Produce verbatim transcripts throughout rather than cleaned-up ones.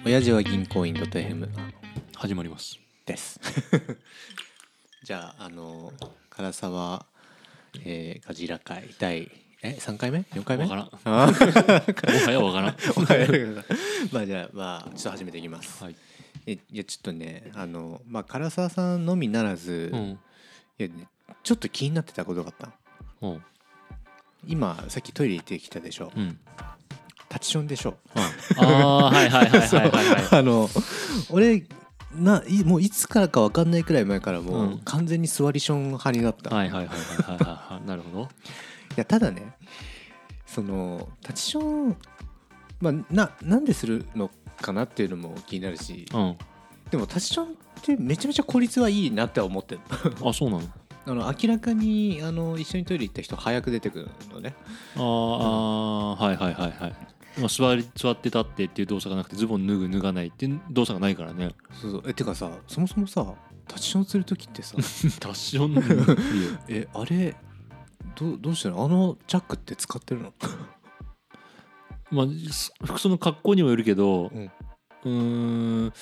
親父は銀行員 .fm 始まりますですじゃああの唐沢、えー、ガジラ会第えさんかいめよんかいめわからんあもはやわからんまあじゃあまあちょっと始めていきます、 はい、 えいやちょっとねあのまあ唐沢さんのみならず、 うん、 いやねちょっと気になってたことがあった。 うん、 今さっきトイレ行ってきたでしょ、 うん、 タチションでしょ、 うん、ああはいはいはいはいはいはいあの俺ないもういつからか分かんないくらい前からもう、うん、完全に座りション派になった。 はいはいはいはいはいはいなるほど。いやただねそのタチションまあななんでするのかなっていうのも気になるし、うん、でもタチションってめちゃめちゃ効率はいいなって思ってるあそうなの。 あの明らかにあの一緒にトイレ行った人早く出てくるのね。 あ、うん、あはいはいはいはい。まあ、座り座って立ってっていう動作がなくてズボン脱ぐ脱がないっていう動作がないからね。 そうそうえてかさそもそもさタチションするときってさタチションえあれ ど, どうしてるのあのチャックって使ってるのまあ服装の格好にもよるけど、うん、うーんう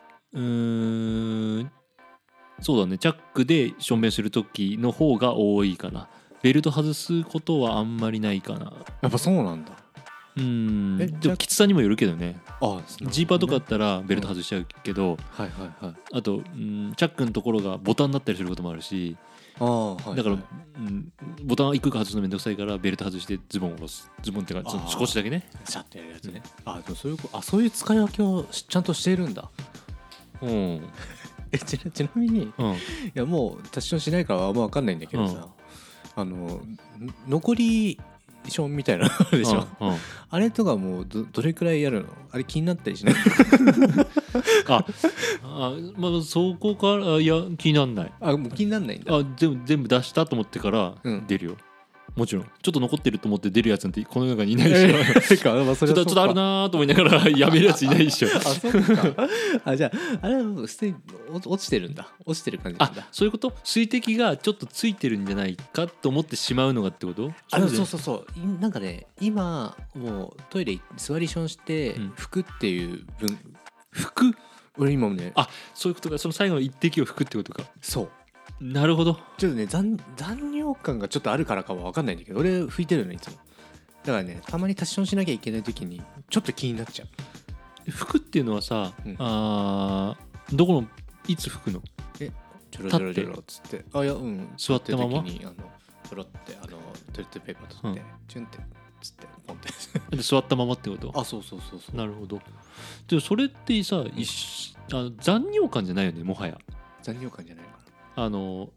ーんそうだねチャックでしょんべんするときの方が多いかな。ベルト外すことはあんまりないかな。 やっぱそうなんだ。 うんでもきつさにもよるけどね。 あジーパーとかだったらベルト外しちゃうけど、うんはいはいはい、 あと、うん、チャックのところがボタンになったりすることもあるし、あ、はいはい、だから、うん、ボタンいくか外すのめんどくさいからベルト外してズボンを下ろす。ズボンっていうかその少しだけねシャッてやるやつね、うん、あでもそういうあそういう使い分けをちゃんとしているんだ。うんえ ち, ちなみに、うん、いやもうタッチションしないからあんま分かんないんだけどさ、うん、あの残りションみたいなのあるでしょ、うんうん、あれとかもう ど, どれくらいやるのあれ気になったりしないああ、まあ、そこからいや気になんない。 あもう気になんないんだ。 あ全部全部出したと思ってから出るよ、うんもちろんちょっと残ってると思って出るやつなんてこの中にいないし、えーまあ、ちょっとちょっとあるなと思いながらやめるやついないでしょあそうかあじゃああれはもうすでに落ちてるんだ落ちてる感じなんだ。 あそういうこと。水滴がちょっとついてるんじゃないかと思ってしまうのがってこと。 あそうそうそうなんかね今もうトイレ座りションして拭くっていう分、うん、拭く俺今もねあそういうことか。その最後の一滴を拭くってことか。 そうなるほど。 ちょっとね 残, 残尿感がちょっとあるからかは分かんないんだけど俺拭いてるのいつもだからねたまにタッチションしなきゃいけない時にちょっと気になっちゃう。 拭くっていうのはさ、うん、あどこのいつ拭くの。えちょろちょろちょろっつってあいやうん座ったままにあのポロってあのトイレットペーパー取って、うん、チュンってつってポンってで座ったままってこと。 あそうそうそうそう。 なるほど。でもそれってさ、うん、あ残尿感じゃないよねもはや。 残尿感じゃないのかな。 あの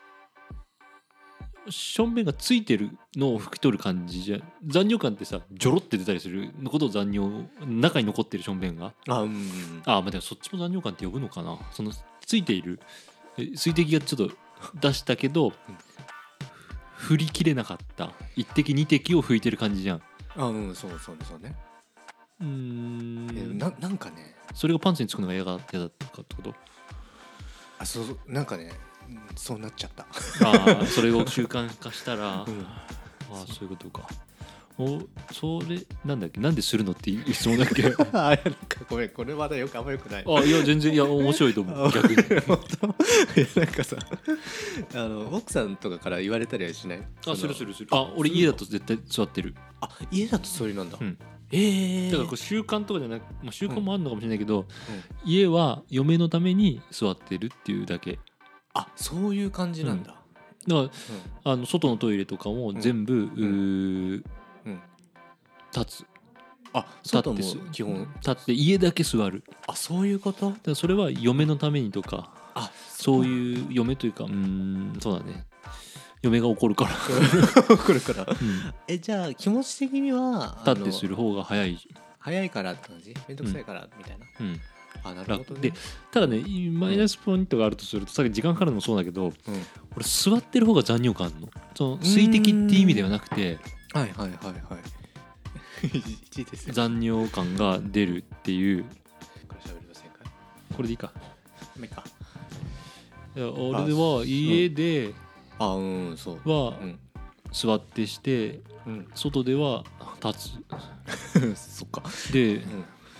しょんべんがついてるのを拭き取る感じじゃ残尿感ってさジョロって出たりするのことを残尿中に残ってるしょんべんがあ、うん、あまあでもそっちも残尿感って呼ぶのかな。そのついている水滴がちょっと出したけど、うん、振り切れなかった一滴二滴を拭いてる感じじゃん。 あうんそうそうそうね。うーん な, なんかねそれがパンツにつくのが嫌だったかってこと。 あそうなんかねそうなっちゃったあそれを習慣化したら、うん、あそういうことか。おそれなんだっけなんでするのっていう質問だっけあなんかごめんこれまだよくあんまよくない。 あいや全然いや面白いと思う逆にいやなんかさあの奥さんとかから言われたりはしない。 あするするする。あ俺家だと絶対座ってる。 あ家だとそれなんだ、うん、 えー、だからこう習慣とかじゃなく、まあ、習慣もあるのかもしれないけど、うんうん、家は嫁のために座ってるっていうだけ。 あそういう感じなんだ、 うん、だから、うん、あの外のトイレとかも全部、うんうんうん、立つ。 あ外も基本立って家だけ座る。 あそういうこと。だからそれは嫁のためにとかあそういう嫁というかうーんそうだね嫁が怒るから怒るから、うん、えじゃあ気持ち的には立ってする方が早い早いからって感じめんどくさいからみたいな、うんうんあなるほどね。でただねマイナスポイントがあるとすると、うん、さっき時間かかるのもそうだけど、うん、俺座ってる方が残尿感あるの。その水滴って意味ではなくてはいはいはいはいいいですよ残尿感が出るっていう。 これ喋ると正解これでいいかいいか。 いや俺は家であうんそうは座ってして、うん、外では立つそっかで、うん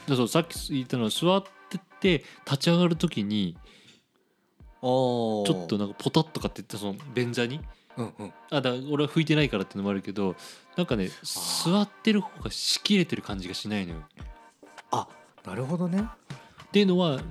そうさっき言ったのは座ってて立ち上がるときにちょっとなんかポタッとかって言ったその便座に、うんうん、あだ俺は拭いてないからっていうのもあるけどなんかね座ってる方がしきれてる感じがしないのよ。 あ、なるほどね。っていうのは、うん、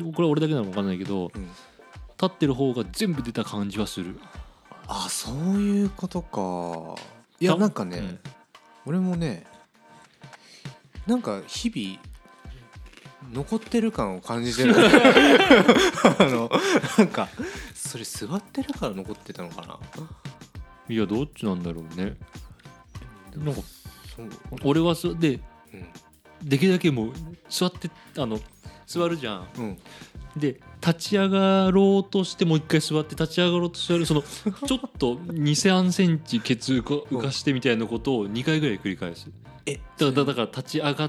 これは俺だけなのか分かんないけど、うん、立ってる方が全部出た感じはする。 あ、そういうことか。いやなんかね、うん、俺もねなんか日々残ってる感を感じてるあのなんかそれ座ってるから残ってたのかな。 いやどっちなんだろうね。なんか俺はそで、うん、できるだけもう座ってあの座るじゃん、うん、で立ち上がろうとしてもう一回座って立ち上がろうとするそのちょっとにさんセンチケツ浮かしてみたいなことをにかいぐらい繰り返す。えだからだから立ち上がって、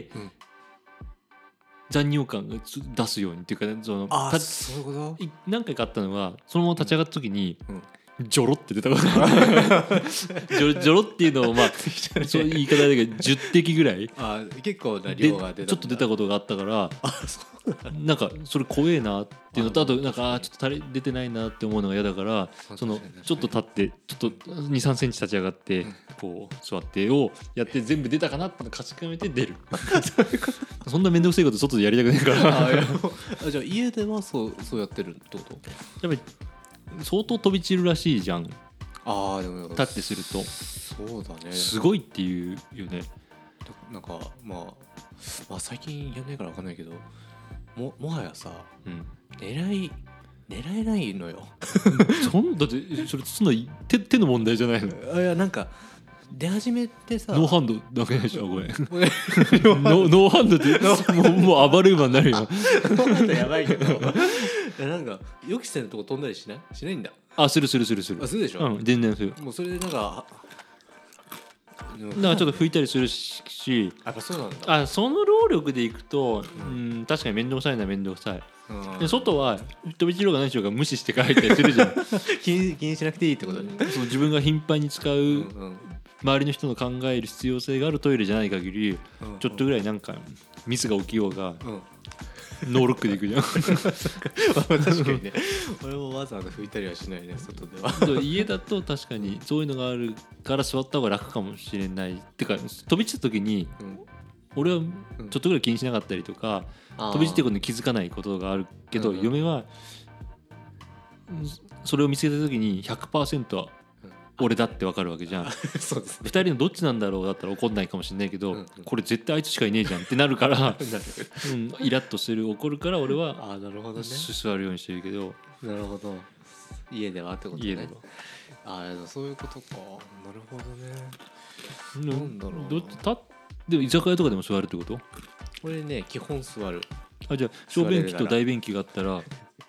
うん、残尿感が出すようにっていうか、ね、そのあそういうこと。 何回かあったのがそのまま立ち上がった時に、うんうんジョロって出たことジョロジョロっていうのをまあそういう言い方だけどじゅってきぐらいあ結構な量が出たちょっと出たことがあったからあそうなんかそれ怖えなっていうのとあとなんかあちょっと垂れ出てないなって思うのが嫌だからそのちょっと立ってちょっとにさんセンチ立ち上がってこう座ってをやって全部出たかなって確かめて出るそんな面倒くさいこと外でやりたくないからああじゃあ家ではそうそうやってるってこと。 やっぱり相当飛び散るらしいじゃん。 ああでも立ってするとそうだねすごいっていうよね。 なんか、まあ、まあ最近やんないから分かんないけど も, もはやさ、うん、狙い狙えないのよそんだってそれそんな 手, 手の問題じゃないの。 いやなんか出始めてさノーハンドだけでしょごめんノ, ノーハンドでも う, もう暴れ馬になるよ。ノーハンドやばいけどなんか予期せぬとこ飛んだりしないしないんだ。 あするするするするあするでしょ、 うん、全然する。 もうそれでなんかなんかちょっと拭いたりするしやっぱそうなんだ。 あその労力でいくと、うん、確かに面倒くさいな面倒くさい、うん、で外は飛び散ろうが何しようが無視して帰ったりするじゃん気に、気にしなくていいってことね。 そう自分が頻繁に使う、うんうん周りの人の考える必要性があるトイレじゃない限り、うんうん、ちょっとぐらいなんかミスが起きようが、うん、ノールックでいくじゃん確かにね俺もわざわざ拭いたりはしないね外では家だと確かにそういうのがあるから座った方が楽かもしれないってか飛び散った時に、うん、俺はちょっとぐらい気にしなかったりとか、うん、飛び散ってることに気づかないことがあるけど、うんうん、嫁はそれを見つけた時に ひゃくパーセント は俺だって分かるわけじゃんそうです、ね、 ふたりのどっちなんだろうだったら怒んないかもしれないけど、うんうん、これ絶対あいつしかいねえじゃんってなるから、うん、イラッとする怒るから俺はあなるほど、ね、 座るようにしてるけど。 なるほど家ではってことね。 家ではあそういうことか。なるほどね。なんだろうどっちたでも居酒屋とかでも座るってこと。 これね基本座る。 あじゃあ小便器と大便器があったら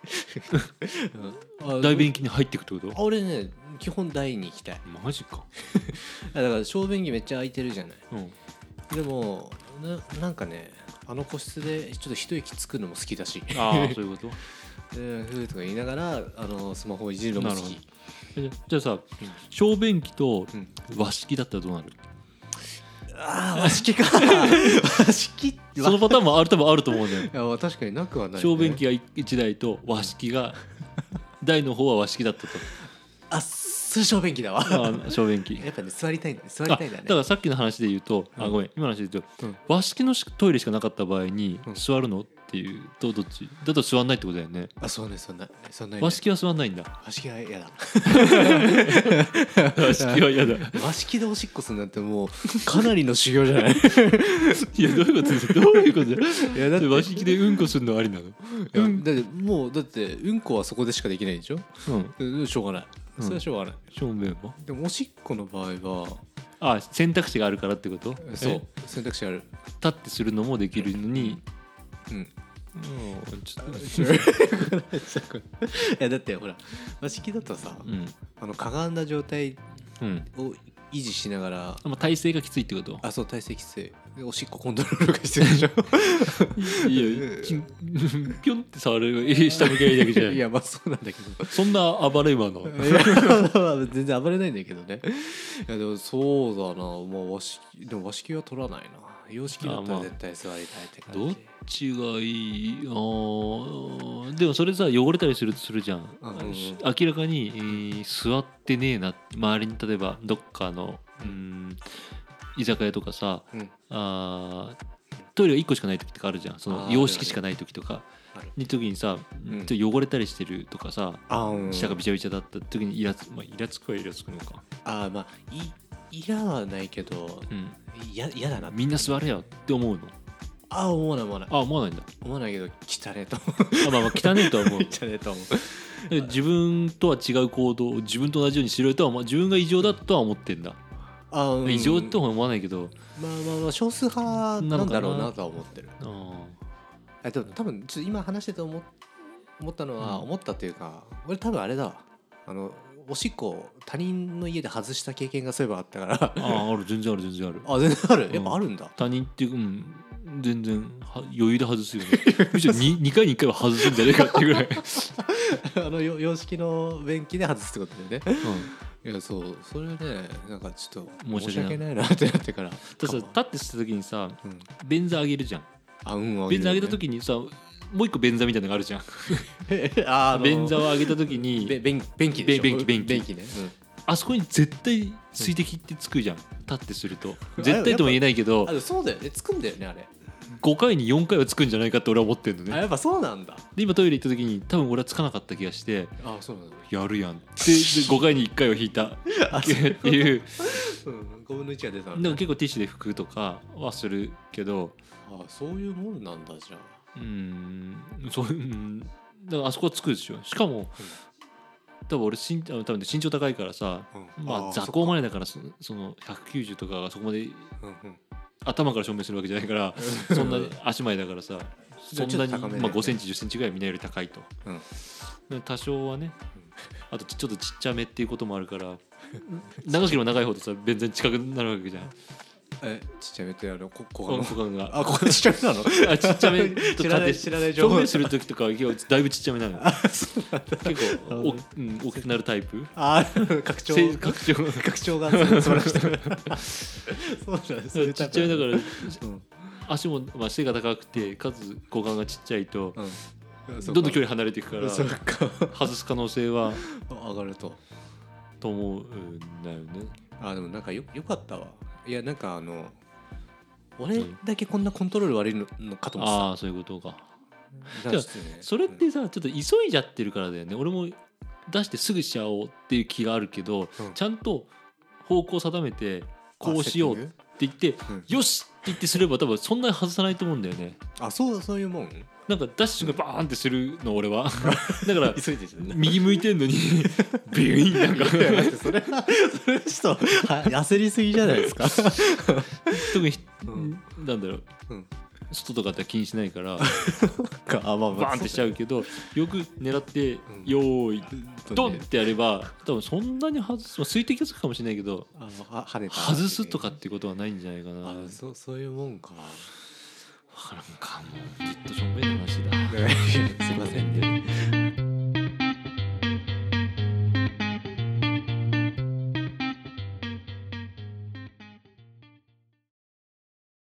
大便器に入っていくってこと。 あ俺ね基本大に行きたい。 マジかだから小便器めっちゃ空いてるじゃない、うん、でも な, なんかねあの個室でちょっと一息つくのも好きだしああそういうことでふーとか言いながらあのスマホをいじるのも好き。 じゃあさ、うん、小便器と和式だったらどうなる。 あ和式か和式そのパターンもある多分あると思うんだよ。 いや確かになくはない、ね、 小便器がいちだいと和式が大の方は和式だったと。 あそれ小便器だわあ小便器やっぱね座りたいんだ座りたいんだね。 だからさっきの話で言うと、うん、あごめん今の話で言うと、うん、和式のトイレしかなかった場合に、うん、座るのっていうとどっちだと座んないってことだよね。 あそうねそんなそんな、ね、 和式は座んないんだ。 和式は嫌だ和式は嫌だ和式でおしっこするなんてもうかなりの修行じゃないいやどういうことですどういうこといやだって和式でうんこするのありなの。 うん、だってもうだってうんこはそこでしかできないでしょ、うん、しょうがないそれはしょうがない、 うん、正面はでもおしっこの場合はあ選択肢があるからってこと。 そう選択肢ある。 立ってするのもできるのにうん、うんちょっといやだってほら和式だとさ、うん、あのかがんだ状態を維持しながら、 うん、体勢がきついってこと。 あそう体勢きつい。おしっこコントロールが必要でしょいやピョンって触る下向けないだけじゃないいやまあそうなんだけどそんな暴れ馬の全然暴れないんだけどね。いやでもそうだな、まあ、和式でも和式は取らないな。 洋式だったら絶対座りたいって感じ。 どっちがいい？あでもそれさ汚れたりするとするじゃん、うんうん、明らかに、えー、座ってねえな、周りに例えばどっかのうん居酒屋とかさ、うん、あトイレがいっこしかない時とかあるじゃん、その洋式しかない時とかに時にさ、うん、ちょっと汚れたりしてるとかさ、うん、下がびちゃびちゃだった時にイラつ、まあ、イラつくはイラつくのか、 あまあいイラはないけど、うん、嫌だな、 みんな座れよって思うの。 あ思わない思わない。 あ思わないんだ。 思わないけど汚ねえとあまあまあ汚ねえとは思う汚ねえと思う自分とは違う行動を自分と同じようにしろよとは、まあ、自分が異常だとは思ってんだ。あ、うん、異常とは思わないけど、 まあまあまあ少数派なんだろうなとは思ってる。ああでも多分ちょっと今話してて思ったのは、うん、思ったっていうか俺多分あれだ、あのおしっこ他人の家で外した経験がそういえばあったから。 あある全然ある全然ある。 あ全然ある、やっぱあるんだ、うん、 他人っていう、うん、全然余裕で外すよねむしろ 2, 2回にいっかいは外すんじゃねえかっていうぐらいあの洋式の便器で外すってことだよね、うん、いやそうそれねなんかちょっと申し訳ないなってなってからたださ立ってした時にさ、うん、便座上げるじゃん。 あ、うん、 ね、便座上げた時にさもう一個便座みたいなのがあるじゃんあ便座を上げた時に便器でしょ。 便器便器便器ね、うん、 あそこに絶対水滴ってつくじゃん、立ってすると絶対とも言えないけどあそうだよね、つくんだよねあれ。 ごかいによんかいはつくんじゃないかって俺は思ってるのね。 あやっぱそうなんだ。 で今トイレ行った時に多分俺はつかなかった気がして、 あそうなんだ、 やるやんってごかいにいっかいは引いたっていう、 うん、ごぶんのいちが出たんでも結構ティッシュで拭くとかはするけど、 あそういうもんなんだじゃあ。 うんそう、うん、だからあそこはつくでしょ。しかも、うん、多分俺身多分身長高いからさ、うん、まあ座高までだからそそのひゃくきゅうじゅうとかがそこまで、うんうん、頭から証明するわけじゃないからそんな足前だからさそんなに、まあ、ごセンチじゅっセンチぐらいみんなより高いと、うん、多少はね、あとちょっとちっちゃめっていうこともあるから長ければ長いほどさ全然近くなるわけじゃん。 えちっちゃめってあのここ股間があここちっちゃめなのあちっちゃめと知らない知らない情報表現する時とかはだいぶちっちゃめなのあそうなんだ結構お、うん、大きくなるタイプあ拡張拡張拡張が素晴らしいそうなんですちっちゃめだから、うん、足も、まあ、背が高くてかつ股間がちっちゃいと、うん、どんどん距離離れていくから外す可能性は上がるとと思うんだよね。 あでもなんか よ, よかったわ。いやなんかあの俺だけこんなコントロール悪いのかと思ってた。 ああそういうことか。じゃあそれってさちょっと急いじゃってるからだよね。俺も出してすぐしちゃおうっていう気があるけど、うん、ちゃんと方向を定めてこうしようって言って、うん、よしって言ってすれば多分そんなに外さないと思うんだよね。 あそうそういうもん。 なんかダッシュがバーンってするの俺はだから急いでる、ね、 右向いてんのにビューンなんかそれはそれはちょっと焦りすぎじゃないですか特に、うん、なんだろう、うん、外とかって気にしないからバーンってしちゃうけどよく狙って、うん、よーいドンってやれば多分そんなに外す水滴がつくかもしれないけどあ跳ねた外すとかっていうことはないんじゃないかな。 あ そ, そういうもんか。 分からんか